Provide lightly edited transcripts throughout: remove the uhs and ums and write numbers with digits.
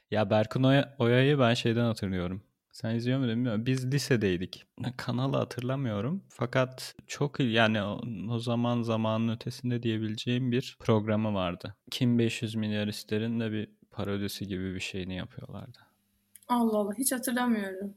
Ya Berkun Oya'yı ben şeyden hatırlıyorum. Sen izliyor muydun bilmiyorum. Biz lisedeydik. Kanalı hatırlamıyorum. Fakat çok iyi yani o zaman zamanın ötesinde diyebileceğim bir programı vardı. Kim 500 Milyaristler'in de bir parodisi gibi bir şeyini yapıyorlardı. Allah Allah, hiç hatırlamıyorum.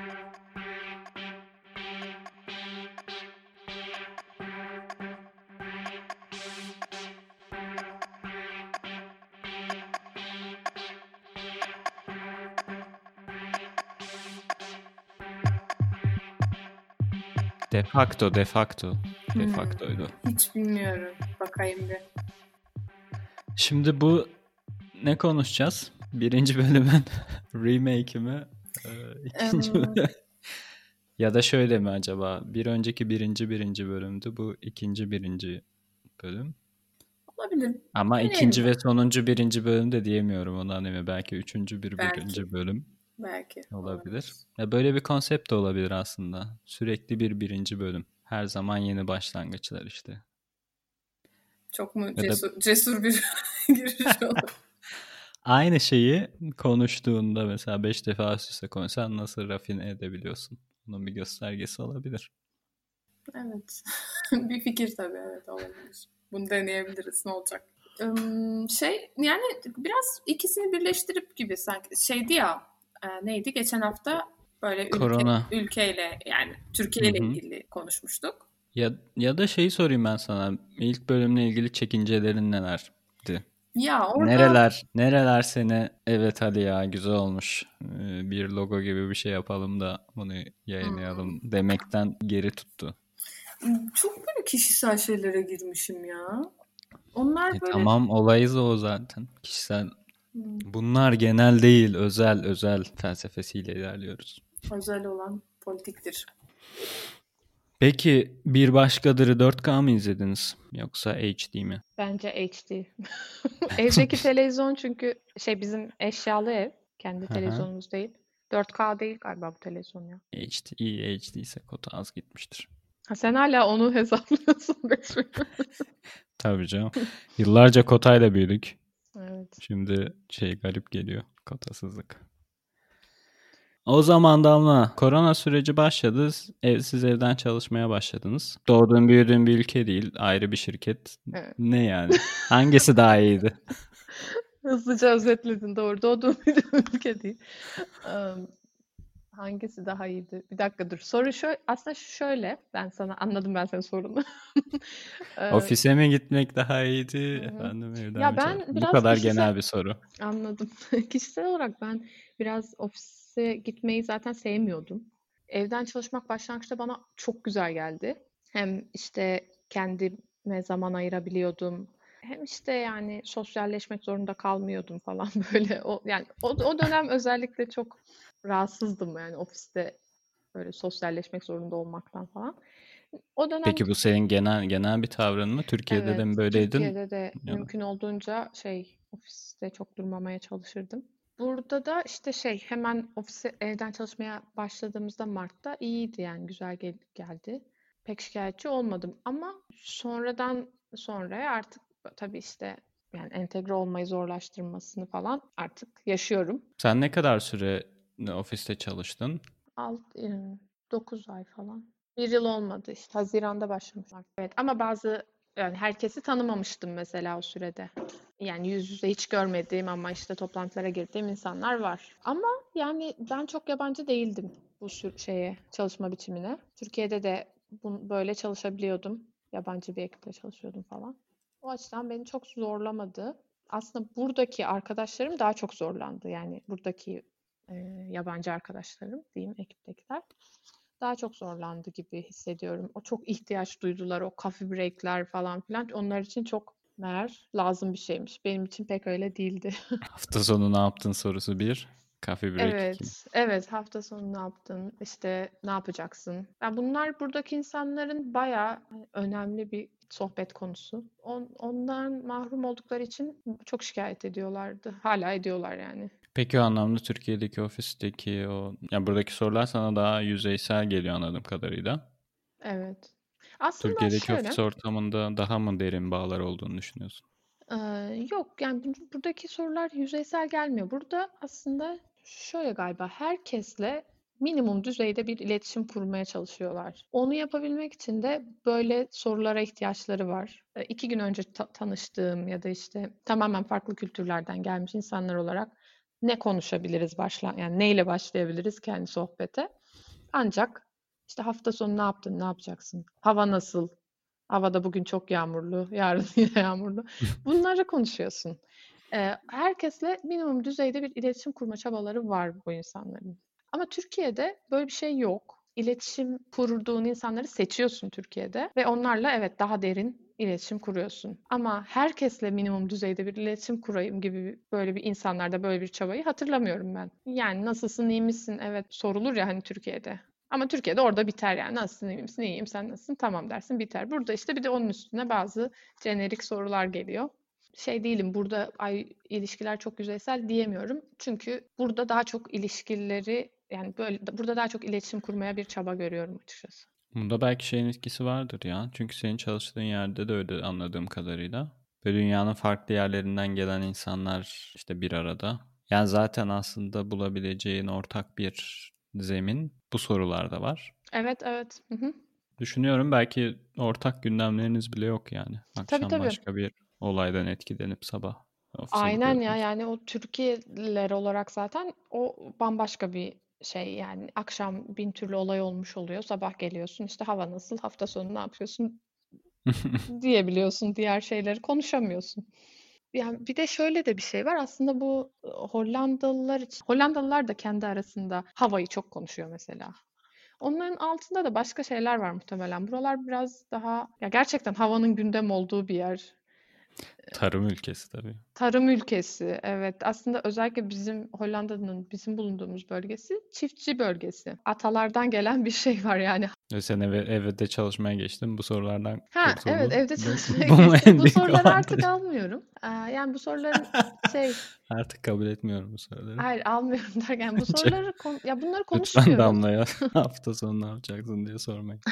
De facto, de facto. De Hmm, factoydu. hiç bilmiyorum. Bakayım bir. Şimdi bu ne konuşacağız? Birinci bölümün remake'i mi? İkinci Em, bölüm. Ya da şöyle mi acaba? Bir önceki birinci bölümdü. Bu ikinci birinci bölüm. olabilir. Ama Deneyelim ikinci ve bak. sonuncu birinci bölüm de diyemiyorum ona anime. Belki üçüncü Belki. birinci bölüm Belki. olabilir. Olabilir. Ya böyle bir konsept de olabilir aslında. Sürekli bir birinci bölüm. Her zaman yeni başlangıçlar işte. Çok mu Ya da cesur bir giriş olur. aynı şeyi konuştuğunda mesela 5 defa üst üste konuşsan nasıl rafine edebiliyorsun? Bunun bir göstergesi olabilir. Evet. Bir fikir tabii. Evet, olabilir. Bunu deneyebiliriz. Ne olacak? Yani biraz ikisini birleştirip gibi sanki şeydi ya, neydi geçen hafta böyle Korona. ülkeyle yani Hı Türkiye ile hı. ilgili konuşmuştuk. Ya da şeyi sorayım ben sana. İlk bölümle ilgili çekincelerin nelerdi? Ya orada Nereler seni evet hadi ya güzel olmuş. Bir logo gibi bir şey yapalım da bunu hmm, yayınlayalım demekten geri tuttu. çok böyle kişisel şeylere girmişim ya. Onlar böyle Tamam olayı da o zaten. Kişisel hmm, bunlar genel değil özel felsefesiyle ilerliyoruz. özel olan politiktir. Peki Bir Başkadır'ı 4K mı izlediniz yoksa HD mi? Bence HD. Evdeki televizyon çünkü bizim eşyalı ev. Kendi Aha. televizyonumuz değil. 4K değil galiba bu televizyon ya. HD, iyi HD ise kota az gitmiştir. Ha, sen hala onu hesaplıyorsun. Tabii canım. Yıllarca kotayla büyüdük. Evet. Şimdi garip geliyor. Kotasızlık. O zaman Damla, korona süreci başladı. Siz evden çalışmaya başladınız. Doğduğun büyüdüğün bir ülke değil, ayrı bir şirket. Evet. Ne yani? Hangisi daha iyiydi? Hızlıca özetledin, doğru. Doğduğum bir ülke değil. Am, Hangisi daha iyiydi? Bir dakika dur. Soru aslında şöyle. Anladım ben senin sorunu. Eee, Ofise mi gitmek daha iyiydi? hı hı. Efendim evden Ya mi çalışmak? ben Bu biraz kadar kişisel genel bir soru. anladım. Kişisel olarak ben biraz ofise gitmeyi zaten sevmiyordum. Evden çalışmak başlangıçta bana çok güzel geldi. Hem işte kendime zaman ayırabiliyordum. Hem işte yani sosyalleşmek zorunda kalmıyordum falan böyle. O dönem özellikle çok rahatsızdım yani ofiste böyle sosyalleşmek zorunda olmaktan falan. O dönem Peki bu senin genel bir tavrın mı? Türkiye'de de evet, mi böyleydin? Türkiye'de de Ya da- mümkün olduğunca ofiste çok durmamaya çalışırdım. Burada da işte hemen ofise evden çalışmaya başladığımızda Mart'ta iyiydi yani güzel geldi. Pek şikayetçi olmadım ama sonradan sonraya artık tabii işte yani entegre olmayı zorlaştırmasını falan artık yaşıyorum. Sen ne kadar süre ofiste çalıştın? 9 ay falan. Bir yıl olmadı işte. Haziran'da başlamışlar. Evet ama yani herkesi tanımamıştım mesela o sürede. Yani yüz yüze hiç görmediğim ama işte toplantılara girdiğim insanlar var. Ama yani ben çok yabancı değildim bu çalışma biçimine. Türkiye'de de böyle çalışabiliyordum. Yabancı bir ekiple çalışıyordum falan. O açıdan beni çok zorlamadı. Aslında buradaki arkadaşlarım daha çok zorlandı. Yani buradaki e, yabancı arkadaşlarım diyeyim ekiptekiler daha çok zorlandı gibi hissediyorum. O çok ihtiyaç duydular. O coffee break'ler falan filan. Onlar için çok meğer lazım bir şeymiş. Benim için pek öyle değildi. Hafta sonu ne yaptın sorusu bir. Coffee break 2. Evet, evet. Hafta sonu ne yaptın? İşte ne yapacaksın? Yani bunlar buradaki insanların bayağı önemli bir sohbet konusu. Ondan mahrum oldukları için çok şikayet ediyorlardı. Hala ediyorlar yani. Peki o anlamda Türkiye'deki ofisteki ya buradaki sorular sana daha yüzeysel geliyor anladığım kadarıyla. Evet. Aslında Türkiye'deki şöyle, ofis ortamında daha mı derin bağlar olduğunu düşünüyorsun? Yok yani buradaki sorular yüzeysel gelmiyor. Burada aslında şöyle galiba herkesle minimum düzeyde bir iletişim kurmaya çalışıyorlar. Onu yapabilmek için de böyle sorulara ihtiyaçları var. 2 gün önce tanıştığım ya da işte tamamen farklı kültürlerden gelmiş insanlar olarak ne konuşabiliriz yani neyle başlayabiliriz kendi sohbete? Ancak işte hafta sonu ne yaptın, ne yapacaksın? Hava nasıl? Havada bugün çok yağmurlu, yarın yine yağmurlu. Bunları konuşuyorsun. Herkesle minimum düzeyde bir iletişim kurma çabaları var bu insanların. Ama Türkiye'de böyle bir şey yok. İletişim kurduğun insanları seçiyorsun Türkiye'de ve onlarla evet daha derin iletişim kuruyorsun. Ama herkesle minimum düzeyde bir iletişim kurayım gibi böyle bir insanlarda böyle bir çabayı hatırlamıyorum ben. Yani nasılsın, iyi misin? Evet sorulur ya hani Türkiye'de. Ama Türkiye'de orada biter yani. Nasılsın, iyi misin? İyiyim, sen nasılsın? Tamam dersin, biter. Burada işte bir de onun üstüne bazı jenerik sorular geliyor. Şey değilim, burada ilişkiler çok yüzeysel diyemiyorum. Çünkü burada daha çok ilişkileri yani böyle burada daha çok iletişim kurmaya bir çaba görüyorum açıkçası. Bunda belki şeyin etkisi vardır ya. Çünkü senin çalıştığın yerde de öyle anladığım kadarıyla. Ve dünyanın farklı yerlerinden gelen insanlar işte bir arada. Yani zaten aslında bulabileceğin ortak bir zemin bu sorularda var. Evet, evet. Hı hı. Düşünüyorum belki ortak gündemleriniz bile yok yani. Tabii Akşam tabii. başka bir olaydan etkilenip sabah ofise Aynen ya gidiyorsunuz. yani o Türkiye'liler olarak zaten o bambaşka bir şey yani akşam bin türlü olay olmuş oluyor. Sabah geliyorsun işte hava nasıl, hafta sonu ne yapıyorsun diyebiliyorsun. Diğer şeyleri konuşamıyorsun. Yani bir de şöyle de bir şey var. Aslında bu Hollandalılar için, Hollandalılar da kendi arasında havayı çok konuşuyor mesela. Onların altında da başka şeyler var muhtemelen. Buralar biraz daha ya gerçekten havanın gündem olduğu bir yer. Tarım ülkesi tabii. Tarım ülkesi, evet. Aslında özellikle bizim Hollanda'nın bizim bulunduğumuz bölgesi çiftçi bölgesi. Atalardan gelen bir şey var yani. Ve sen evde çalışmaya geçtin. Bu sorulardan Ha, evet kurtuldun. evde çalışmaya Bu mu geçtim. en Bu büyük soruları artık avantajı? almıyorum. Yani bu soruların şey, Artık kabul etmiyorum bu soruları. hayır almıyorum derken bu Bence soruları ya bunları lütfen konuşmuyoruz. Damla'ya hafta sonu ne yapacaksın diye sormayın.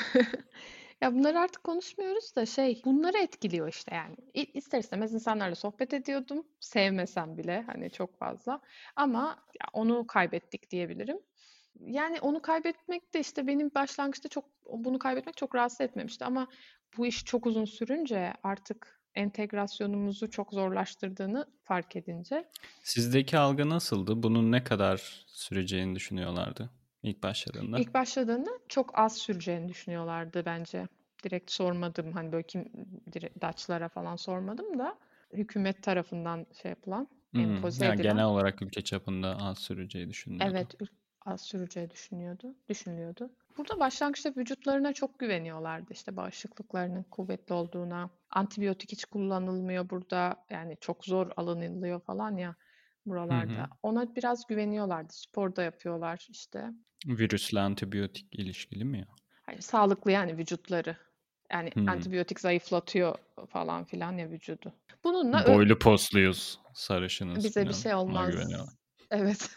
Ya bunları artık konuşmuyoruz da şey, bunları etkiliyor işte yani. İster istemez insanlarla sohbet ediyordum. Sevmesem bile hani çok fazla. Ama ya onu kaybettik diyebilirim. Yani onu kaybetmek de işte benim başlangıçta bunu kaybetmek çok rahatsız etmemişti ama bu iş çok uzun sürünce artık entegrasyonumuzu çok zorlaştırdığını fark edince Sizdeki algı nasıldı? Bunun ne kadar süreceğini düşünüyorlardı ilk başladığında? ilk başladığında çok az süreceğini düşünüyorlardı bence. Direkt sormadım hani böyle Dutch'lara falan sormadım da hükümet tarafından şey yapılan, empoze Ya genel edilen olarak ülke çapında az süreceği düşünülüyordu. evet az süreceği düşünülüyordu. Burada başlangıçta vücutlarına çok güveniyorlardı. İşte bağışıklıklarının kuvvetli olduğuna, antibiyotik hiç kullanılmıyor burada. Yani çok zor alınılıyor falan ya Hı hı. buralarda. Ona biraz güveniyorlardı. Spor da yapıyorlar işte. Virüsle antibiyotik ilişkili mi ya? Hani sağlıklı yani vücutları. Yani Hmm. antibiyotik zayıflatıyor falan filan ya vücudu. Bununla Boylu posluyuz, sarışınız bize bir falan. şey Ona olmaz. güveniyorlar. Evet.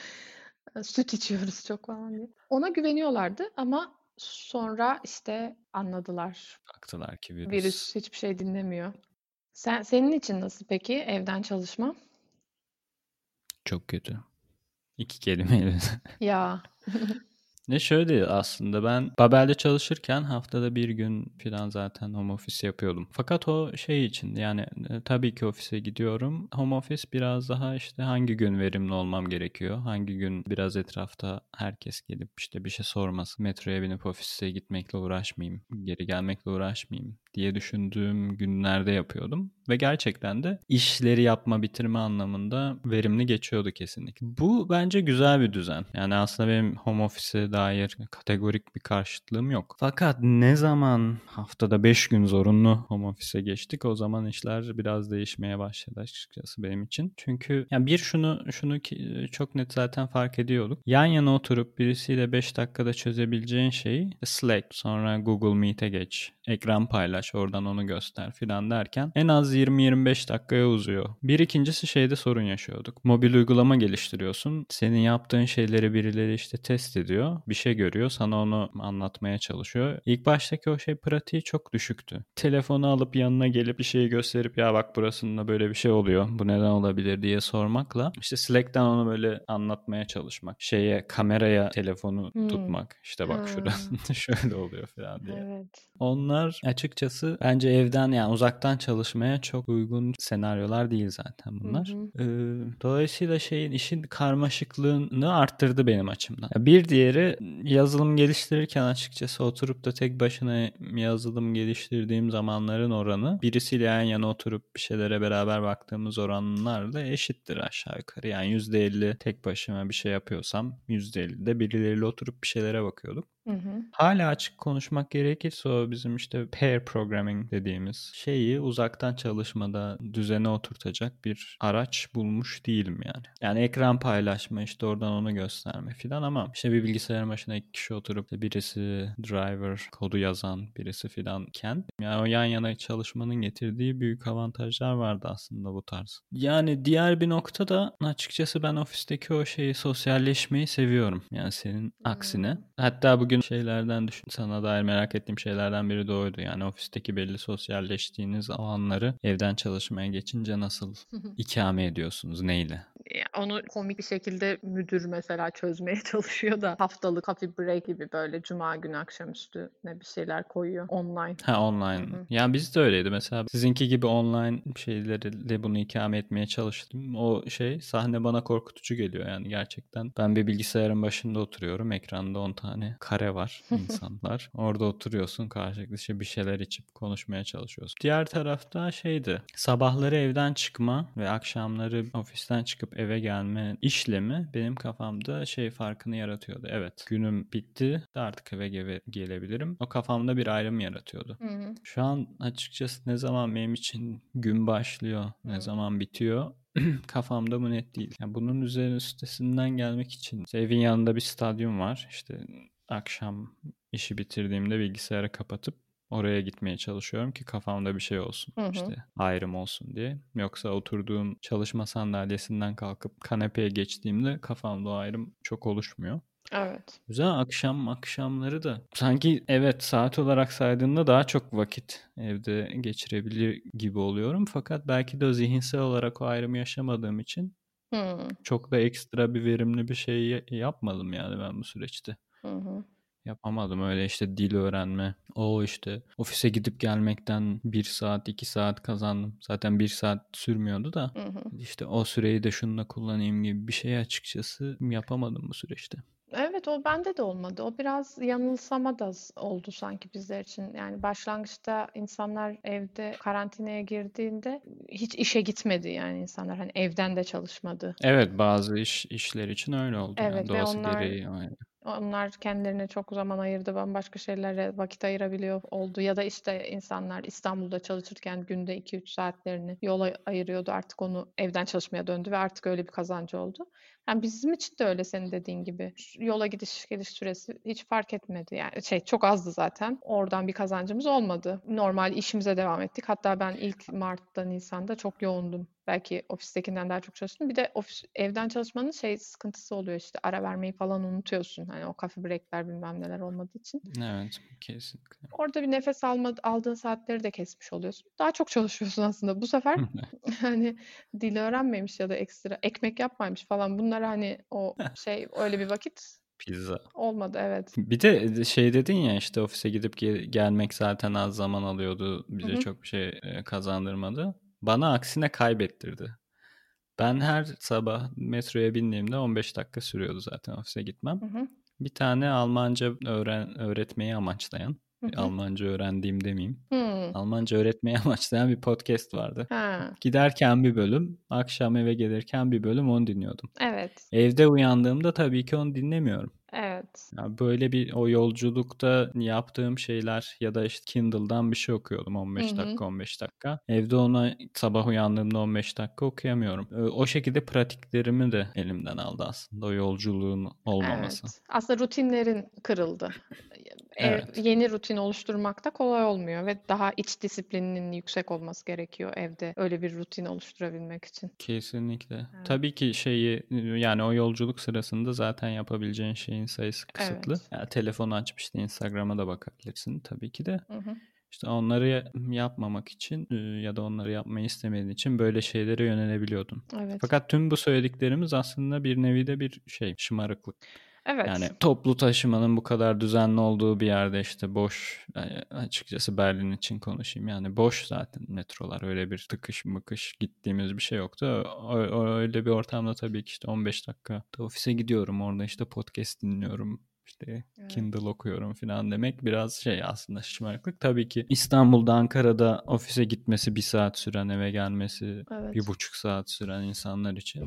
Süt içiyoruz çok falan diye. Ona güveniyorlardı ama sonra işte anladılar. Baktılar ki virüs Virüs hiçbir şey dinlemiyor. Senin için nasıl peki evden çalışma? çok kötü. İki kelimeyle. Ya. Ne şöyle aslında ben Babel'de çalışırken haftada bir gün falan zaten home office yapıyordum. Fakat o şey için yani tabii ki ofise gidiyorum. Home office biraz daha işte hangi gün verimli olmam gerekiyor. Hangi gün biraz etrafta herkes gelip işte bir şey sormasın. Metroya binip ofise gitmekle uğraşmayayım. Geri gelmekle uğraşmayayım diye düşündüğüm günlerde yapıyordum. Ve gerçekten de işleri yapma bitirme anlamında verimli geçiyordu kesinlikle. Bu bence güzel bir düzen. Yani aslında benim home office'e dair kategorik bir karşıtlığım yok. Fakat ne zaman haftada 5 gün zorunlu home office'e geçtik o zaman işler biraz değişmeye başladı açıkçası benim için. Çünkü yani şunu ki çok net zaten fark ediyorduk. Yan yana oturup birisiyle 5 dakikada çözebileceğin şeyi Slack, sonra Google Meet'e geç, ekran paylaş paylaş, oradan onu göster filan derken en az 20-25 dakikaya uzuyor. Bir ikincisi şeyde sorun yaşıyorduk. Mobil uygulama geliştiriyorsun. Senin yaptığın şeyleri birileri işte test ediyor. Bir şey görüyor. Sana onu anlatmaya çalışıyor. İlk baştaki o şey pratiği çok düşüktü. Telefonu alıp yanına gelip bir şeyi gösterip ya bak burasında böyle bir şey oluyor. Bu neden olabilir diye sormakla işte Slack'ten onu böyle anlatmaya çalışmak. Kameraya telefonu tutmak. İşte bak şurasında şöyle oluyor falan diye. Evet. Onlar açıkçası bence evden yani uzaktan çalışmaya çok uygun senaryolar değil zaten bunlar. Dolayısıyla işin karmaşıklığını arttırdı benim açımdan. Bir diğeri yazılım geliştirirken açıkçası oturup da tek başına yazılım geliştirdiğim zamanların oranı birisiyle yan yana oturup bir şeylere beraber baktığımız oranlarla eşittir aşağı yukarı. Yani %50 tek başıma bir şey yapıyorsam %50 de birileriyle oturup bir şeylere bakıyorduk. Hala açık konuşmak gerekirse o bizim işte pair programming dediğimiz şeyi uzaktan çalışmada düzene oturtacak bir araç bulmuş değilim yani. Yani ekran paylaşma işte oradan onu gösterme filan ama işte bir bilgisayar başına 2 kişi oturup birisi driver kodu yazan birisi filanken yani o yan yana çalışmanın getirdiği büyük avantajlar vardı aslında bu tarz. Yani diğer bir nokta da açıkçası ben ofisteki o sosyalleşmeyi seviyorum. Yani senin aksine. Hatta bugün şeylerden düşün. Sana dair merak ettiğim şeylerden biri de oydu. Yani ofisteki belli sosyalleştiğiniz alanları evden çalışmaya geçince nasıl ikame ediyorsunuz? Neyle? Onu komik bir şekilde müdür mesela çözmeye çalışıyor da haftalık coffee break gibi böyle cuma günü akşamüstü bir şeyler koyuyor online. Online. Yani biz de öyleydi. Mesela sizinki gibi online şeylerle bunu ikame etmeye çalıştım. O sahne bana korkutucu geliyor yani gerçekten. Ben bir bilgisayarın başında oturuyorum. Ekranda 10 tane kare var insanlar. Orada oturuyorsun karşılıklı bir şeyler içip konuşmaya çalışıyorsun. Diğer tarafta sabahları evden çıkma ve akşamları ofisten çıkıp eve gelme işlemi benim kafamda farkını yaratıyordu. Evet, günüm bitti. Artık eve gelebilirim. O kafamda bir ayrım yaratıyordu. Şu an açıkçası ne zaman benim için gün başlıyor, ne zaman bitiyor kafamda bu net değil. Yani bunun üstesinden gelmek için evin yanında bir stadyum var. İşte akşam işi bitirdiğimde bilgisayarı kapatıp oraya gitmeye çalışıyorum ki kafamda bir şey olsun. İşte ayrım olsun diye. Yoksa oturduğum çalışma sandalyesinden kalkıp kanepeye geçtiğimde kafamda o ayrım çok oluşmuyor. Evet. Güzel akşamları da sanki evet saat olarak saydığında daha çok vakit evde geçirebilir gibi oluyorum. Fakat belki de zihinsel olarak o ayrımı yaşamadığım için çok da ekstra bir verimli bir şey yapmadım yani ben bu süreçte. Yapamadım öyle dil öğrenme. O ofise gidip gelmekten 1 saat 2 saat kazandım. Zaten 1 saat sürmüyordu da o süreyi de şununla kullanayım gibi bir şey açıkçası yapamadım bu süreçte. Evet, o bende de olmadı. O biraz yanılsama da oldu sanki bizler için. Yani başlangıçta insanlar evde karantinaya girdiğinde hiç işe gitmedi yani insanlar hani evden de çalışmadı. Evet bazı işler için öyle oldu yani Evet ve doğası gereği. onlar kendilerine çok zaman ayırdı, bambaşka şeylere vakit ayırabiliyor oldu. Ya da insanlar İstanbul'da çalışırken günde 2-3 saatlerini yola ayırıyordu. Artık onu evden çalışmaya döndü ve artık öyle bir kazancı oldu. Yani bizim için de öyle senin dediğin gibi. Yola gidiş geliş süresi hiç fark etmedi. Yani çok azdı zaten. Oradan bir kazancımız olmadı. Normal işimize devam ettik. Hatta ben ilk Mart'ta, Nisan'da çok yoğundum. Belki ofistekinden daha çok çalıştım. Bir de evden çalışmanın sıkıntısı oluyor ara vermeyi falan unutuyorsun. Hani o coffee break'ler bilmem neler olmadığı için. Evet kesinlikle. Orada bir nefes aldığın saatleri de kesmiş oluyorsun. Daha çok çalışıyorsun aslında. Bu sefer hani dil öğrenmemiş ya da ekstra ekmek yapmamış falan. Bunlar hani öyle bir vakit Pizza. olmadı evet. Bir de dedin ya ofise gidip gelmek zaten az zaman alıyordu. Bize çok bir şey kazandırmadı. Bana aksine kaybettirdi. Ben her sabah metroya bindiğimde 15 dakika sürüyordu zaten ofise gitmem. Bir tane Almanca öğretmeyi amaçlayan, Almanca öğrendiğim demeyeyim. Almanca öğretmeyi amaçlayan bir podcast vardı. Giderken bir bölüm, akşam eve gelirken bir bölüm onu dinliyordum. Evet. Evde uyandığımda tabii ki onu dinlemiyorum. Evet. Yani böyle o yolculukta yaptığım şeyler ya da Kindle'dan bir şey okuyordum 15 dakika 15 dakika. Evde ona sabah uyandığımda 15 dakika okuyamıyorum. O şekilde pratiklerimi de elimden aldı aslında o yolculuğun olmaması. Evet. Aslında rutinlerin kırıldı. Evet. Yeni rutin oluşturmak da kolay olmuyor ve daha iç disiplininin yüksek olması gerekiyor evde öyle bir rutin oluşturabilmek için. Kesinlikle. Evet. Tabii ki yani o yolculuk sırasında zaten yapabileceğin şeyin sayısı kısıtlı. Evet. Ya, telefonu açıp işte Instagram'a da bakabilirsin tabii ki de. Hı hı. İşte onları yapmamak için ya da onları yapmayı istemediğin için böyle şeylere yönelebiliyordun. Evet. Fakat tüm bu söylediklerimiz aslında bir nevi de bir şımarıklık. Yani Evet. toplu taşımanın bu kadar düzenli olduğu bir yerde işte boş, açıkçası Berlin için konuşayım, yani boş zaten metrolar, öyle bir tıkış mıkış gittiğimiz bir şey yoktu. Öyle bir ortamda tabii ki işte 15 dakika da ofise gidiyorum, orada işte podcast dinliyorum, işte Evet. Kindle okuyorum falan demek biraz aslında şımarıklık. Tabii ki İstanbul'da, Ankara'da ofise gitmesi 1 saat süren, eve gelmesi Evet. 1,5 saat süren insanlar için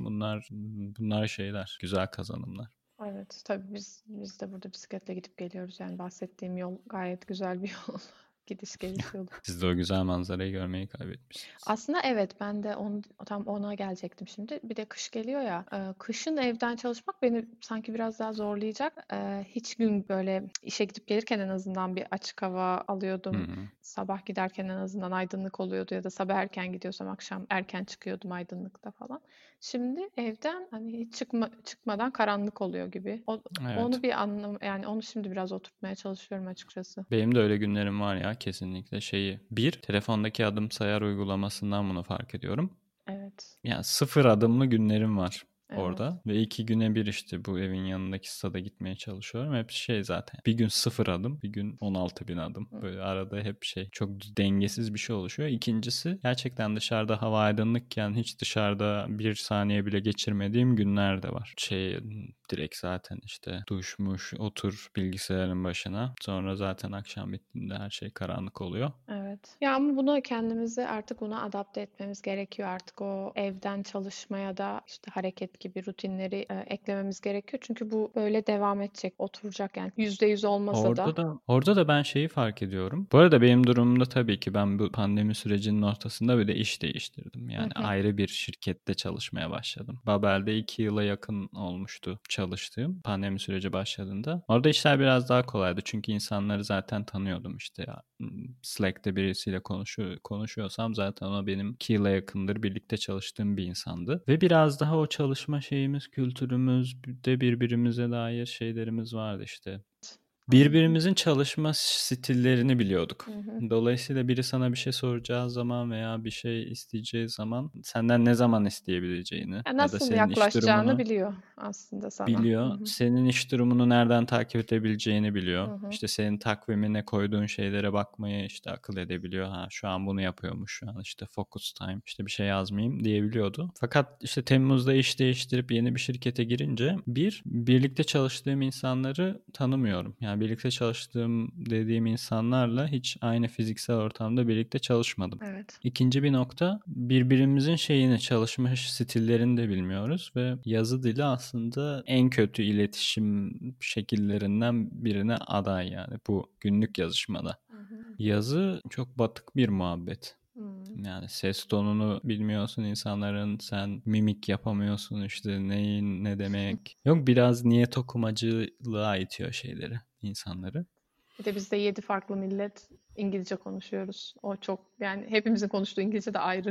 bunlar şeyler, güzel kazanımlar. Evet. Tabii biz de burada bisikletle gidip geliyoruz. Yani bahsettiğim yol gayet güzel bir yol. Gidiş geliş yolu. Siz de o güzel manzarayı görmeyi kaybetmişsiniz. Aslında evet, ben de tam ona gelecektim şimdi. Bir de kış geliyor ya. Kışın evden çalışmak beni sanki biraz daha zorlayacak. Hiç gün böyle işe gidip gelirken en azından bir açık hava alıyordum. Hı. Sabah giderken en azından aydınlık oluyordu ya da sabah erken gidiyorsam akşam erken çıkıyordum aydınlıkta falan. Şimdi evden hani hiç çıkmadan karanlık oluyor gibi. Evet. Onu yani onu şimdi biraz oturtmaya çalışıyorum açıkçası. Benim de öyle günlerim var ya, kesinlikle. Telefondaki adım sayar uygulamasından bunu fark ediyorum. Evet. Yani 0 adımlı günlerim var Evet. orada. Ve 2 güne bir işte bu evin yanındaki stada gitmeye çalışıyorum. Hep zaten. Bir gün 0 adım, bir gün 16.000 adım. Hı. Böyle arada hep çok dengesiz bir şey oluşuyor. İkincisi, gerçekten dışarıda hava aydınlıkken hiç dışarıda 1 saniye bile geçirmediğim günler de var. Direkt zaten işte duşmuş, otur bilgisayarın başına. Sonra zaten akşam bittiğinde her şey karanlık oluyor. Evet. Ya ama bunu kendimizi artık ona adapte etmemiz gerekiyor. Artık o evden çalışmaya da işte hareket gibi rutinleri eklememiz gerekiyor. Çünkü bu böyle devam edecek, oturacak yani %100 olmasa da. Orada da ben fark ediyorum. Bu arada benim durumumda tabii ki ben bu pandemi sürecinin ortasında bir de iş değiştirdim. Hı Yani hı. ayrı bir şirkette çalışmaya başladım. Babel'de 2 yıla yakın olmuştu çalıştığım, pandemi süreci başladığında. Orada işler biraz daha kolaydı. Çünkü insanları zaten tanıyordum işte ya. Slack'te birisiyle konuşuyorsam zaten o benim 2 yıla yakındır birlikte çalıştığım bir insandı. Ve biraz daha o çalışma kültürümüz de birbirimize dair şeylerimiz vardı işte. Aynen. Birbirimizin çalışma stillerini biliyorduk. Hı hı. Dolayısıyla biri sana bir şey soracağı zaman veya bir şey isteyeceği zaman senden ne zaman isteyebileceğini Ya ya da nasıl senin iş yaklaşacağını durumunu biliyor aslında sana. Hı biliyor. hı. Senin iş durumunu nereden takip edebileceğini Hı biliyor. hı. İşte senin takvimine koyduğun şeylere bakmayı işte akıl edebiliyor. Ha, şu an bunu yapıyormuş, şu an işte focus time, işte bir şey yazmayayım diyebiliyordu. Fakat işte Temmuz'da iş değiştirip yeni bir şirkete girince birlikte çalıştığım insanları tanımıyorum. Yani birlikte çalıştığım dediğim insanlarla hiç aynı fiziksel ortamda birlikte çalışmadım. Evet. İkinci bir nokta, birbirimizin çalışma stillerini de bilmiyoruz ve yazı dili aslında en kötü iletişim şekillerinden birine aday yani bu günlük yazışmada. Hı hı. Yazı çok batık bir muhabbet. Hı. Yani ses tonunu bilmiyorsun insanların, sen mimik yapamıyorsun, işte neyin ne demek. Yok, biraz niyet okumacılığa itiyor insanları. Bir de biz de 7 farklı millet İngilizce konuşuyoruz. O çok yani hepimizin konuştuğu İngilizce de ayrı.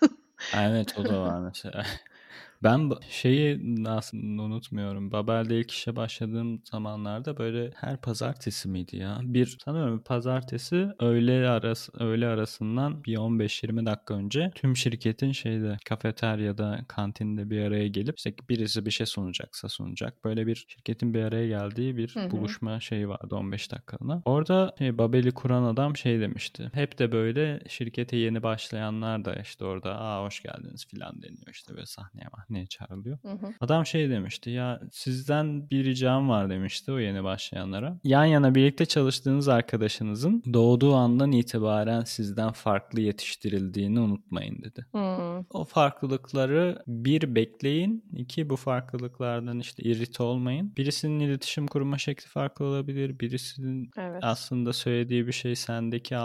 Evet, o da var mesela. Ben aslında unutmuyorum. Babel'de ilk işe başladığım zamanlarda böyle her pazartesi miydi ya? Sanıyorum pazartesi öğle arasından bir 15-20 dakika önce tüm şirketin kafeteryada, kantinde bir araya gelip işte birisi bir şey sunacak. Böyle bir şirketin bir araya geldiği bir Hı hı. buluşma vardı 15 dakikalığına. Orada Babel'i kuran adam demişti. Hep de böyle şirkete yeni başlayanlar da işte orada hoş geldiniz filan deniyor, işte böyle sahneye çağrılıyor. Hı hı. Adam demişti ya, sizden bir ricam var demişti o yeni başlayanlara. Yan yana birlikte çalıştığınız arkadaşınızın doğduğu andan itibaren sizden farklı yetiştirildiğini unutmayın dedi. Hı. O farklılıkları bekleyin. 2, bu farklılıklardan işte irite olmayın. Birisinin iletişim kurma şekli farklı olabilir. Birisinin Evet. aslında söylediği bir şey sendeki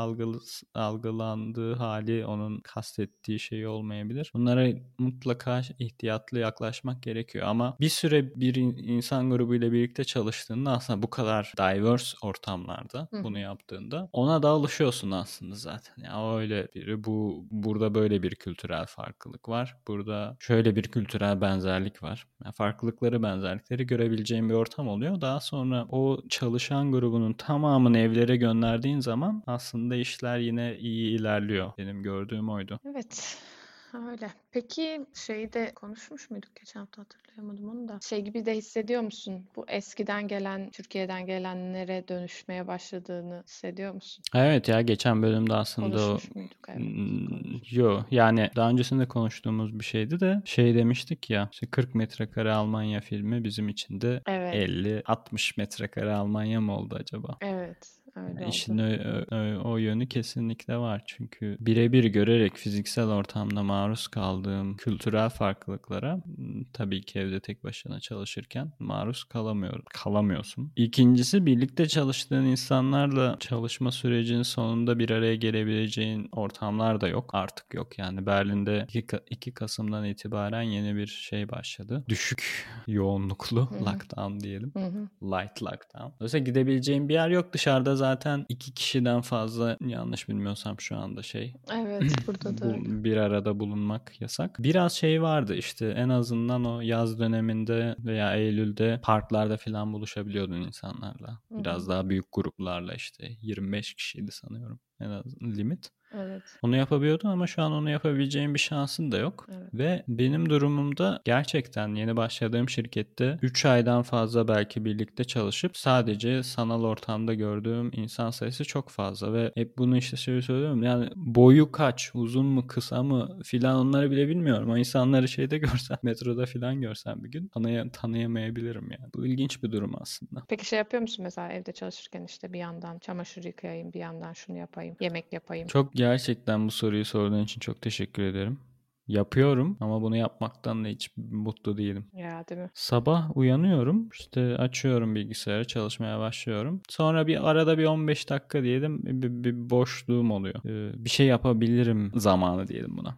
algılandığı hali onun kastettiği şey olmayabilir. Bunlara mutlaka ihtiyatlı yaklaşmak gerekiyor ama bir süre bir insan grubuyla birlikte çalıştığında aslında bu kadar diverse ortamlarda bunu yaptığında ona da alışıyorsun aslında zaten. Ya öyle biri, burada böyle bir kültürel farklılık var. Burada şöyle bir kültürel benzerlik var. Yani farklılıkları, benzerlikleri görebileceğin bir ortam oluyor. Daha sonra o çalışan grubunun tamamını evlere gönderdiğin zaman aslında işler yine iyi ilerliyor. Benim gördüğüm oydu. Evet. Öyle. Peki şeyde konuşmuş muyduk? Geçen hafta hatırlayamadım onu da. Şey gibi de hissediyor musun? Bu eskiden gelen, Türkiye'den gelenlere dönüşmeye başladığını hissediyor musun? Evet ya, geçen bölümde aslında Konuşmuş muyduk? Evet. yo yani daha öncesinde konuştuğumuz bir şeydi de şey demiştik ya, işte 40 metrekare Almanya filmi bizim için de Evet. 50-60 metrekare Almanya mı oldu acaba? Evet. Öyle İşin oldu. o yönü kesinlikle var. Çünkü birebir görerek fiziksel ortamda maruz kaldığım kültürel farklılıklara tabii ki evde tek başına çalışırken maruz kalamıyorsun. İkincisi, birlikte çalıştığın insanlarla çalışma sürecinin sonunda bir araya gelebileceğin ortamlar da yok. Artık yok yani. Berlin'de 2 Kasım'dan itibaren yeni bir şey başladı. Düşük yoğunluklu lockdown diyelim. Light lockdown. Dolayısıyla gidebileceğin bir yer yok. Dışarıda zaten 2 kişiden fazla, yanlış bilmiyorsam şu anda Evet, burada da öyle. bir arada bulunmak yasak. Biraz şey vardı işte, en azından o yaz döneminde veya Eylül'de parklarda falan buluşabiliyordun insanlarla. Biraz daha büyük gruplarla, işte 25 kişiydi sanıyorum en az limit. Evet. Onu yapabiliyordun ama şu an onu yapabileceğin bir şansın da yok. Evet. Ve benim durumumda gerçekten yeni başladığım şirkette 3 aydan fazla belki birlikte çalışıp sadece sanal ortamda gördüğüm insan sayısı çok fazla ve hep bunu işte şöyle söylüyorum, yani boyu kaç, uzun mu kısa mı filan, onları bile bilmiyorum. O insanları şeyde görsem, metroda filan görsem bir gün tanıyamayabilirim yani. Bu ilginç bir durum aslında. Peki şey yapıyor musun mesela evde çalışırken, işte bir yandan çamaşır yıkayayım, bir yandan şunu yapayım, yemek yapayım? Çok gerçekten bu soruyu sorduğun için çok teşekkür ederim. Yapıyorum ama bunu yapmaktan da hiç mutlu değilim. Ya değil mi? Sabah uyanıyorum, işte açıyorum bilgisayarı, çalışmaya başlıyorum. Sonra arada bir 15 dakika diyelim bir boşluğum oluyor. Bir şey yapabilirim zamanı diyelim buna.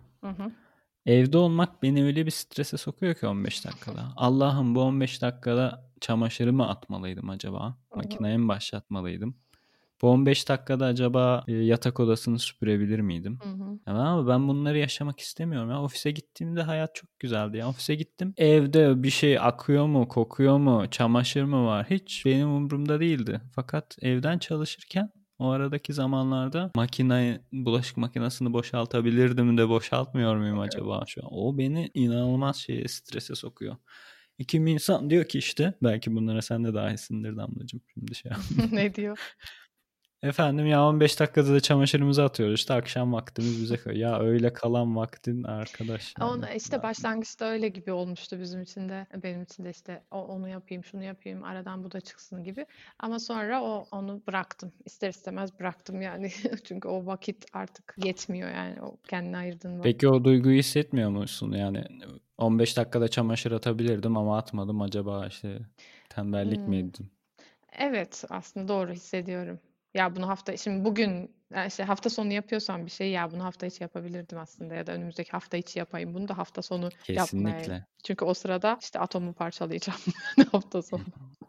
Evde olmak beni öyle bir strese sokuyor ki 15 dakikada. Allah'ım, bu 15 dakikada çamaşırı mı atmalıydım acaba? Makineye mi başlatmalıydım? Bu 15 dakikada acaba yatak odasını süpürebilir miydim? Ama ben bunları yaşamak istemiyorum. Ya, ofise gittiğimde hayat çok güzeldi. Ya, ofise gittim. Evde bir şey akıyor mu, kokuyor mu, çamaşır mı var? Hiç benim umurumda değildi. Fakat evden çalışırken o aradaki zamanlarda bulaşık makinesini boşaltabilirdim de boşaltmıyor muyum acaba şu an? O beni inanılmaz strese sokuyor. Kimi insan diyor ki işte, belki bunlara sen de dahilsindir Damlacığım. Şimdi Ne diyor? efendim ya, 15 dakikada da çamaşırımızı atıyoruz. İşte akşam vaktimiz bize kalıyor. Ya öyle kalan vaktin arkadaş yani. Ama işte başlangıçta öyle gibi olmuştu bizim için de. Benim için de işte onu yapayım, şunu yapayım, aradan bu da çıksın gibi. Ama sonra onu bıraktım. İster istemez bıraktım yani. Çünkü o vakit artık yetmiyor yani, o kendine ayırdığın vakit. Peki o duyguyu hissetmiyor musun? Yani 15 dakikada çamaşır atabilirdim ama atmadım. Acaba işte tembellik mi ettim? Evet, aslında doğru hissediyorum. Ya bunu şimdi bugün yani işte hafta sonu yapıyorsam bir şey, ya bunu hafta içi yapabilirdim aslında, ya da önümüzdeki hafta içi yapayım. Bunu da hafta sonu yapmayayım. Kesinlikle. Çünkü o sırada işte atomu parçalayacağım hafta sonu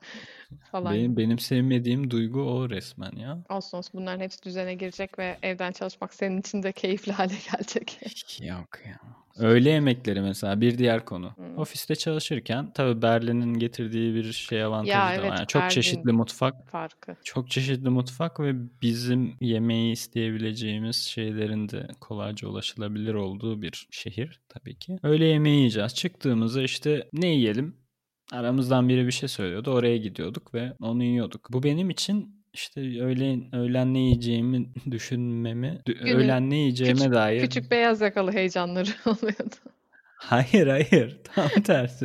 falan gibi. Benim sevmediğim duygu o resmen ya. Olsun olsun, bunların hepsi düzene girecek ve evden çalışmak senin için de keyifli hale gelecek. Yok ya. Öğle yemekleri mesela bir diğer konu. Ofiste çalışırken tabii Berlin'in getirdiği bir şey avantajı Ya da var. evet, Yani çok Berlin çeşitli mutfak. farkı. Çok çeşitli mutfak ve bizim yemeği isteyebileceğimiz şeylerin de kolayca ulaşılabilir olduğu bir şehir tabii ki. Öğle yemeği yiyeceğiz. Çıktığımızda işte ne yiyelim? Aramızdan biri bir şey söylüyordu. Oraya gidiyorduk ve onu yiyorduk. Bu benim için işte öğlen ne yiyeceğimi düşünmemi, Günün öğlen ne yiyeceğime dair. küçük beyaz yakalı heyecanları oluyordu. Hayır. Tam tersi.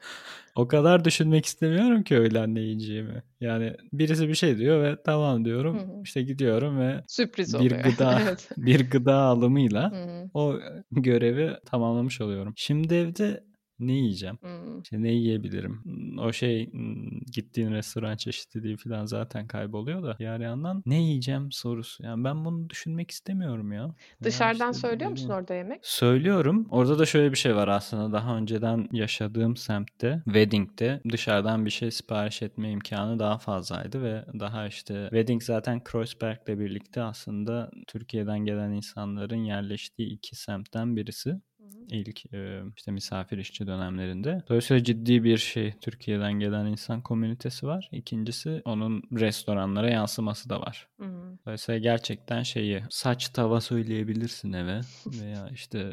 O kadar düşünmek istemiyorum ki öğlen ne yiyeceğimi. Yani birisi bir şey diyor ve tamam diyorum. İşte gidiyorum ve Sürpriz bir oluyor. gıda Evet. bir gıda alımıyla o görevi tamamlamış oluyorum. Şimdi evde Ne yiyeceğim? Hmm. İşte ne yiyebilirim? O gittiğin restoran çeşitliliği falan zaten kayboluyor da diğer yandan ne yiyeceğim sorusu. Yani ben bunu düşünmek istemiyorum ya. Veya Dışarıdan işte söylüyor musun dedim. orada yemek? Söylüyorum. Orada da şöyle bir şey var aslında. Daha önceden yaşadığım semtte, Wedding'de dışarıdan bir şey sipariş etme imkanı daha fazlaydı ve daha işte Wedding zaten Kreuzberg'le birlikte aslında Türkiye'den gelen insanların yerleştiği iki semtten birisi. İlk işte misafir işçi dönemlerinde. Dolayısıyla ciddi bir Türkiye'den gelen insan komünitesi var. İkincisi onun restoranlara yansıması da var. Dolayısıyla gerçekten saç tava söyleyebilirsin eve veya işte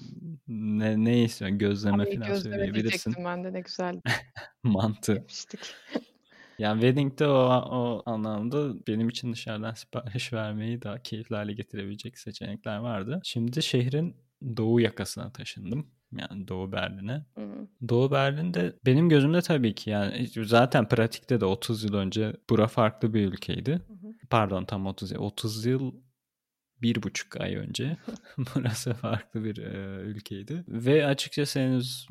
ne istiyorsun gözleme Ay, falan gözleme söyleyebilirsin. diyecektim ben de, ne güzel Mantı. yemiştik. Yani Wedding'de o anlamda benim için dışarıdan sipariş vermeyi daha keyifli hale getirebilecek seçenekler vardı. Şimdi şehrin doğu yakasına taşındım. Yani Doğu Berlin'e. Doğu Berlin'de benim gözümde tabii ki yani zaten pratikte de 30 yıl önce bura farklı bir ülkeydi. Pardon, tam 30 yıl 1,5 ay önce burası farklı bir ülkeydi. Ve açıkçası henüz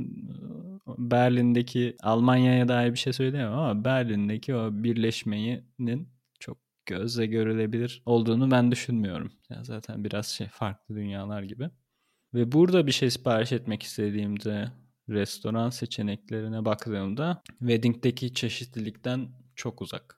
Berlin'deki Almanya'ya dair bir şey söyleyemem ama Berlin'deki o birleşmenin çok gözle görülebilir olduğunu ben düşünmüyorum. Yani zaten biraz farklı dünyalar gibi. Ve burada bir şey sipariş etmek istediğimde restoran seçeneklerine baktığımda Wedding'deki çeşitlilikten çok uzak.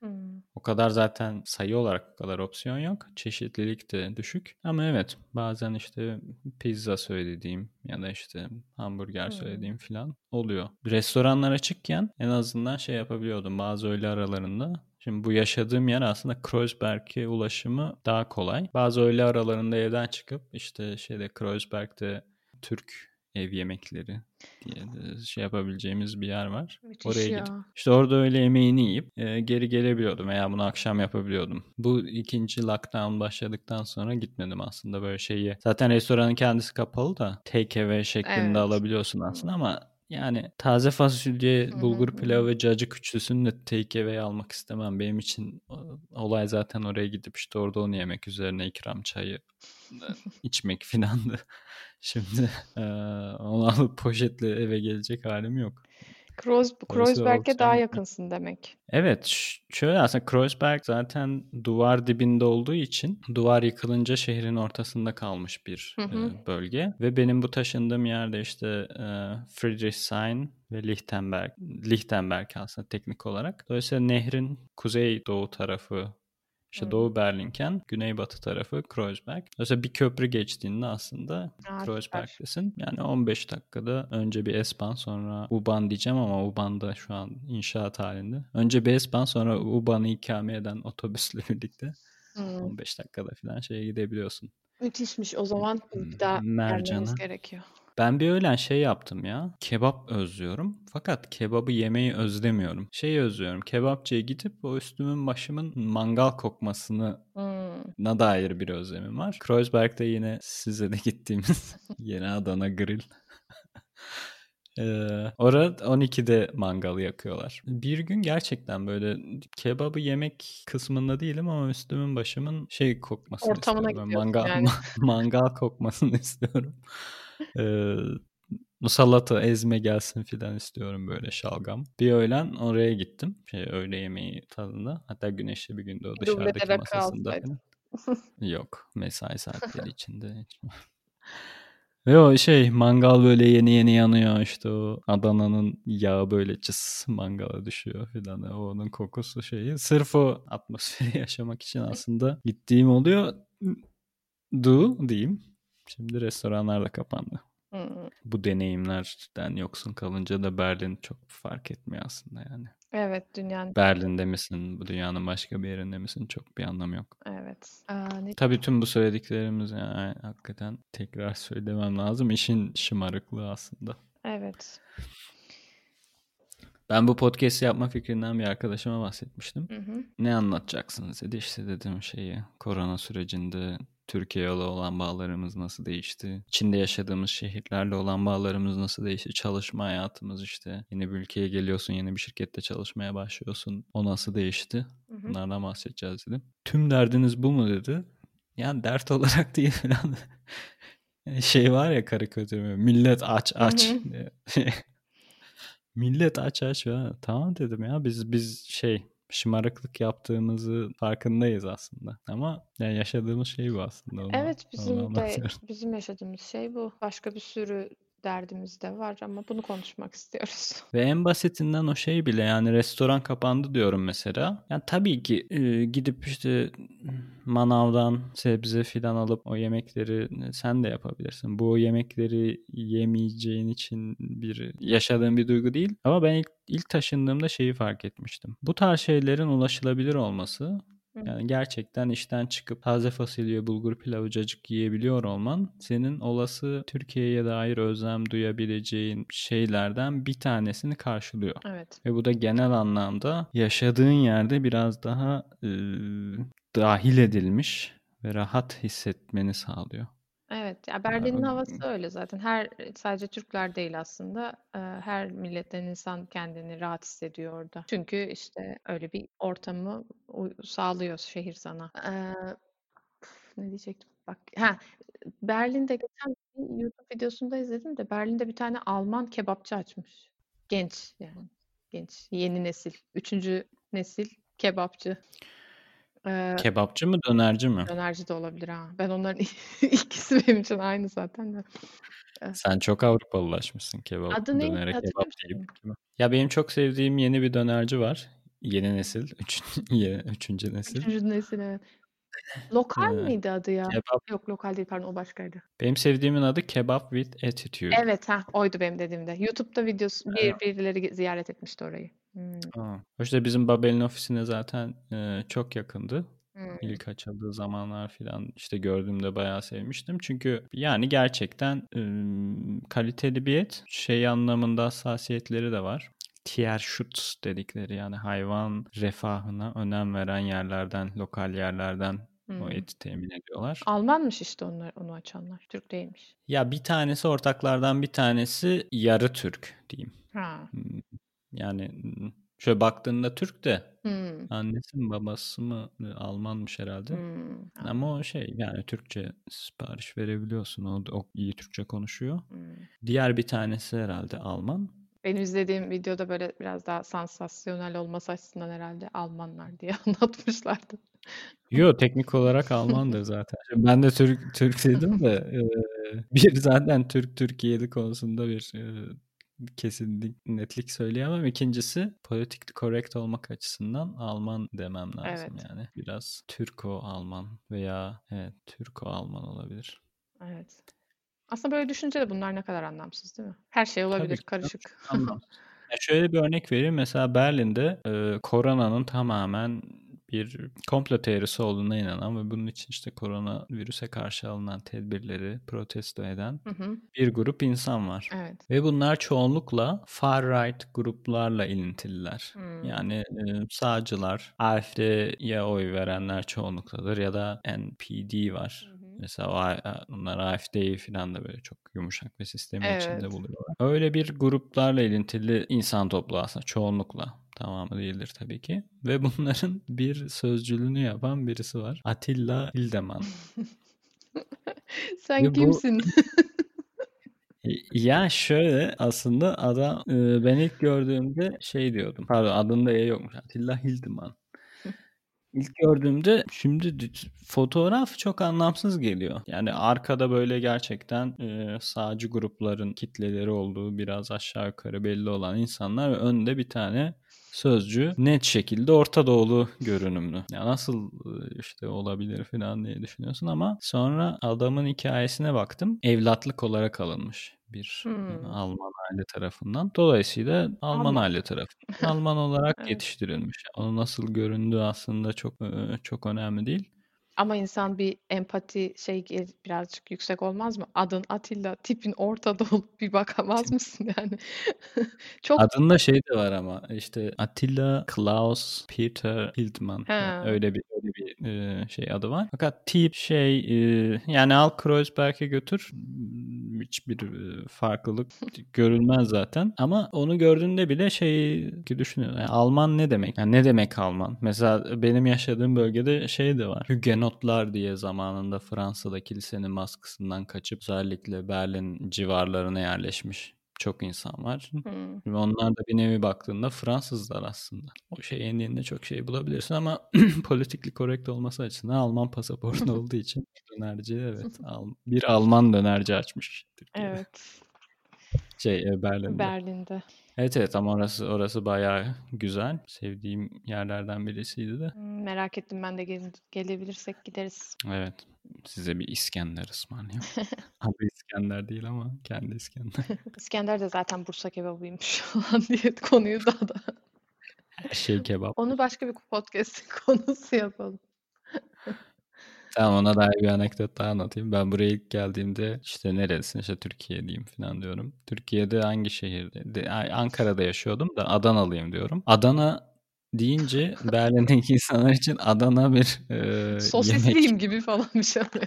O kadar zaten sayı olarak o kadar opsiyon yok. Çeşitlilik de düşük. Ama evet, bazen işte pizza söylediğim ya da işte hamburger söylediğim falan oluyor. Restoranlar açıkken en azından yapabiliyordum bazı öğle aralarında. Şimdi bu yaşadığım yer aslında Kreuzberg'e ulaşımı daha kolay. Bazı öğle aralarında evden çıkıp işte Kreuzberg'de Türk ev yemekleri diye yapabileceğimiz bir yer var. Müthiş Oraya ya. gidip işte orada öğle yemeğini yiyip geri gelebiliyordum veya bunu akşam yapabiliyordum. Bu ikinci lockdown başladıktan sonra gitmedim aslında böyle Zaten restoranın kendisi kapalı da take away şeklinde Evet. alabiliyorsun aslında ama yani taze fasulye, bulgur pilavı ve cacık üçlüsünü de take away almak istemem. Benim için olay zaten oraya gidip işte orada onu yemek, üzerine ikram çayı içmek filandı. Şimdi onu alıp poşetle eve gelecek halim yok. Dolayısıyla Kreuzberg'e daha opsiyon. yakınsın demek. Evet, şöyle aslında Kreuzberg zaten duvar dibinde olduğu için duvar yıkılınca şehrin ortasında kalmış bir bölge. Ve benim bu taşındığım yerde işte Friedrichshain ve Lichtenberg aslında teknik olarak. Dolayısıyla nehrin kuzey-doğu tarafı İşte Doğu Berlinken güneybatı tarafı Kreuzberg. Mesela bir köprü geçtiğinde aslında Süper. Kreuzberg'desin. Yani 15 dakikada önce bir S-Bahn sonra U-Bahn diyeceğim ama U-Bahn da şu an inşaat halinde. Önce bir S-Bahn sonra U-Bahn'ı ikame eden otobüsle birlikte 15 dakikada falan gidebiliyorsun. Müthişmiş. O zaman bir daha gelmeniz Mercan'a. gerekiyor. Ben bir öğlen yaptım ya. Kebap özlüyorum. Fakat kebabı yemeyi özlemiyorum. Özlüyorum. Kebapçıya gidip o üstümün başımın mangal kokmasına dair bir özlemim var. Kreuzberg'de yine size de gittiğimiz yeni Adana Grill. Orada 12'de mangal yakıyorlar. Bir gün gerçekten böyle kebabı yemek kısmında değilim ama üstümün başımın kokmasını Ortamına istiyorum. Böyle gidiyorsun yani. mangal kokmasını istiyorum. Salata, ezme gelsin filan istiyorum, böyle şalgam. Bir öğlen oraya gittim. Öğle yemeği tadında. Hatta güneşli bir günde o Dublede dışarıdaki rakı masasında alsaydın. falan. Yok. Mesai saatleri içinde. Ve o mangal böyle yeni yeni yanıyor, işte o Adana'nın yağı böyle cız mangala düşüyor filan. Onun kokusu Sırf o atmosferi yaşamak için aslında gittiğim oluyor. Diyeyim. Şimdi restoranlar da kapandı. Bu deneyimlerden yoksun kalınca da Berlin çok fark etmiyor aslında yani. Evet, dünyanın. Berlin'de misin, bu dünyanın başka bir yerinde misin, çok bir anlamı yok. Evet. Tabii tüm bu söylediklerimiz yani hakikaten tekrar söylemem lazım. İşin şımarıklığı aslında. Evet. Ben bu podcast yapma fikrinden bir arkadaşıma bahsetmiştim. Hı. Ne anlatacaksınız dedi. İşte dedim korona sürecinde Türkiye'yle olan bağlarımız nasıl değişti? İçinde yaşadığımız şehirlerle olan bağlarımız nasıl değişti? Çalışma hayatımız işte. Yeni bir ülkeye geliyorsun, yeni bir şirkette çalışmaya başlıyorsun. O nasıl değişti? Bunlardan bahsedeceğiz dedim. Tüm derdiniz bu mu dedi. Yani dert olarak değil falan. Şey var ya karikatür mü? Millet aç Hı aç hı. diye. Millet aç aç ya. Tamam dedim ya biz şey şımarıklık yaptığımızı farkındayız aslında. Ama yani yaşadığımız şey bu aslında Evet, onu anlatıyorum. bizim yaşadığımız şey bu. Başka bir sürü derdimiz de var ama bunu konuşmak istiyoruz. Ve en basitinden o şey bile yani restoran kapandı diyorum mesela. Yani tabii ki gidip işte manavdan sebze filan alıp o yemekleri sen de yapabilirsin. Bu yemekleri yemeyeceğin için yaşadığın bir duygu değil. Ama ben ilk taşındığımda şeyi fark etmiştim. Bu tarz şeylerin ulaşılabilir olması Hı. yani gerçekten işten çıkıp taze fasulye, bulgur pilavı, cacık yiyebiliyor olman senin olası Türkiye'ye dair özlem duyabileceğin şeylerden bir tanesini karşılıyor. Evet. Ve bu da genel anlamda yaşadığın yerde biraz daha dahil edilmiş ve rahat hissetmeni sağlıyor. Evet, ya Berlin'in havası öyle zaten. Sadece Türkler değil aslında. Her milletten insan kendini rahat hissediyor orada. Çünkü işte öyle bir ortamı sağlıyor şehir sana. Ne diyecektim? Bak, Berlin'de geçen bir YouTube videosunda izledim de Berlin'de bir tane Alman kebapçı açmış. Genç yani. Genç, yeni nesil. Üçüncü nesil kebapçı. Ee, Kebapçı mı dönerci mi? Dönerci de olabilir ha. Ben onların ikisi benim için aynı zaten de. Ee, Sen çok Avrupalılaşmışsın Adı neydi dönere hatırlıyor kebap musun? deyip. Ya benim çok sevdiğim yeni bir dönerci var. Yeni nesil. Üçüncü nesil. Üçüncü nesil, evet. Lokal Ee, miydi adı ya? kebap. Yok, lokal değil, pardon, o başkaydı. Benim sevdiğimin adı Kebap with Attitude. Evet, oydu benim dediğimde. YouTube'da videosu birileri ziyaret etmişti orayı. Aa. İşte bizim Babel'in ofisine zaten çok yakındı. Hmm. İlk açıldığı zamanlar filan işte gördüğümde bayağı sevmiştim. Çünkü yani gerçekten kaliteli bir et. Şey anlamında hassasiyetleri de var. Tierschutz dedikleri yani hayvan refahına önem veren yerlerden, lokal yerlerden o Hmm. eti temin ediyorlar. Almanmış işte onu açanlar. Türk değilmiş. Ya bir tanesi ortaklardan bir tanesi yarı Türk diyeyim. Ha. Hmm, Yani şöyle baktığında Türk de Hmm. annesi mi babası mı Almanmış herhalde. Ama Anladım. o şey yani Türkçe sipariş verebiliyorsun. O iyi Türkçe konuşuyor. Hmm. Diğer bir tanesi herhalde Alman. Benim izlediğim videoda böyle biraz daha sansasyonel olması açısından herhalde Almanlar diye anlatmışlardı. Yo teknik olarak Almandır zaten. Şimdi ben de Türk dedim de bir zaten Türkiye'li konusunda bir kesinlik netlik söyleyemem. İkincisi politically correct olmak açısından Alman demem lazım Evet. yani. Biraz Türko-Alman veya evet Türko-Alman olabilir. Evet. Aslında böyle düşünce de bunlar ne kadar anlamsız, değil mi? Her şey Tabii olabilir, ki canım, çok karışık. anlamsız. Ya şöyle bir örnek vereyim. Mesela Berlin'de koronanın tamamen bir komplo teorisi olduğuna inanan ve bunun için işte koronavirüse karşı alınan tedbirleri protesto eden Hı hı. bir grup insan var. Evet. Ve bunlar çoğunlukla far right gruplarla ilintililer. Hmm. Yani sağcılar, AfD'ye oy verenler çoğunlukladır ya da NPD Hı var. hı. Mesela onlar AfD'yi falan da böyle çok yumuşak ve sistemin içinde Evet. buluyorlar. Öyle bir gruplarla ilintili insan topluluğu aslında çoğunlukla. Tamamı değildir tabii ki. Ve bunların bir sözcülüğünü yapan birisi var. Attila Hildmann. Sen Ve bu kimsin? ya şöyle aslında adam ben ilk gördüğümde şey diyordum. Pardon adında E yokmuş. Attila Hildmann. İlk gördüğümde şimdi fotoğraf çok anlamsız geliyor. Yani arkada böyle gerçekten sağcı grupların kitleleri olduğu biraz aşağı yukarı belli olan insanlar ve önde bir tane sözcü net şekilde Orta Doğulu görünümlü. Ya nasıl işte olabilir falan diye düşünüyorsun ama sonra adamın hikayesine baktım. Evlatlık olarak alınmış bir Hmm. Alman aile tarafından. Dolayısıyla Alman Alman. aile tarafından Alman olarak Evet. yetiştirilmiş. Onun nasıl göründüğü aslında çok önemli değil. Ama insan bir empati birazcık yüksek olmaz mı? Adın Atilla, tipin Orta Doğu, bir bakamaz mısın yani? Çok. Adında şey de var ama işte Attila Klaus Peter Hildmann yani He. öyle bir şey adı var. Fakat tip şey yani al Kreuzberg'e götür hiçbir farklılık görülmez zaten. Ama onu gördüğünde bile şeyi düşünüyorum. Yani Alman ne demek? Yani ne demek Alman? Mesela benim yaşadığım bölgede şey de var. Hügenotlar diye zamanında Fransa'da kilisenin baskısından kaçıp özellikle Berlin civarlarına yerleşmiş çok insan var. Şimdi onlar da bir nevi baktığında Fransızlar aslında. O şey enliğinde çok şey bulabilirsin ama politically correct olması açısından Alman pasaportu olduğu için dönerci evet. Bir Alman dönerci açmış Türkiye'de. Evet. Berlin'de. Berlin'de. Evet ama orası bayağı güzel. Sevdiğim yerlerden birisiydi de. Merak ettim ben de gelebilirsek gideriz. Evet. Size bir İskender ısmarlayayım. Adı İskender değil ama kendi İskender. İskender de zaten Bursa kebabıymış falan diye konuyu daha da. Her şey kebap. Onu başka bir podcast'in konusu yapalım. Tamam ona dair bir anekdot daha anlatayım. Ben buraya ilk geldiğimde işte neredesin? İşte Türkiye diyeyim falan diyorum. Türkiye'de hangi şehirde? Ankara'da yaşıyordum da Adanalıyım diyorum. Adana deyince Berlin'deki insanlar için Adana bir Sosisliyim yemek. gibi falan bir şey oluyor.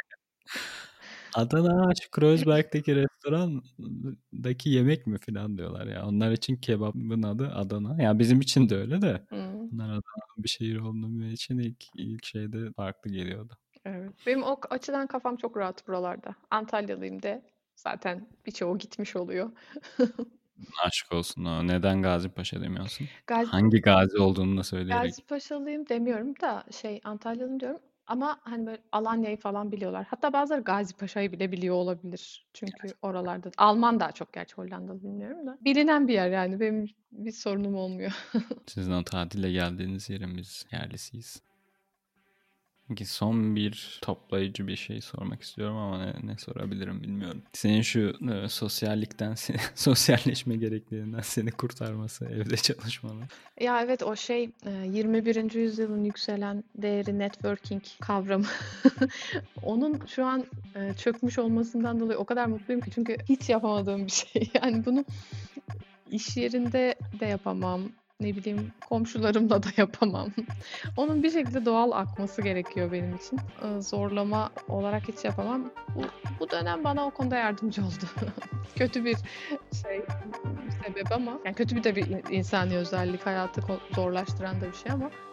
Adana şu Kreuzberg'deki restorandaki yemek mi falan diyorlar ya. Onlar için kebabın adı Adana. Yani bizim için de öyle de. Onlar Adana'nın bir şehir olduğu için ilk şeyde farklı geliyordu. Evet. Benim o açıdan kafam çok rahat buralarda. Antalyalıyım de zaten birçoğu gitmiş oluyor. Aşk olsun o. Neden Gazi Paşa demiyorsun? Gazi, Hangi Gazi olduğunu da söyleyerek. Gazi Paşalıyım demiyorum da Antalyalıyım diyorum. Ama hani böyle Alanya'yı falan biliyorlar. Hatta bazıları Gazi Paşa'yı bile biliyor olabilir. Çünkü oralarda Alman daha çok, gerçi Hollandalı bilmiyorum da. Bilinen bir yer yani. Benim bir sorunum olmuyor. Sizin o tatile geldiğiniz yerin biz yerlisiyiz. Peki son bir toplayıcı bir şey sormak istiyorum ama ne sorabilirim bilmiyorum. Senin şu sosyallikten, sosyalleşme gerekliliğinden seni kurtarması, evde çalışmanın. Ya evet, o 21. yüzyılın yükselen değeri networking kavramı. Onun şu an çökmüş olmasından dolayı o kadar mutluyum ki, çünkü hiç yapamadığım bir şey. Yani bunu iş yerinde de yapamam. Ne bileyim, komşularımla da yapamam. Onun bir şekilde doğal akması gerekiyor benim için. Zorlama olarak hiç yapamam. Bu dönem bana o konuda yardımcı oldu. Kötü bir sebep ama, yani kötü bir de bir insani özellik, hayatı zorlaştıran da bir şey ama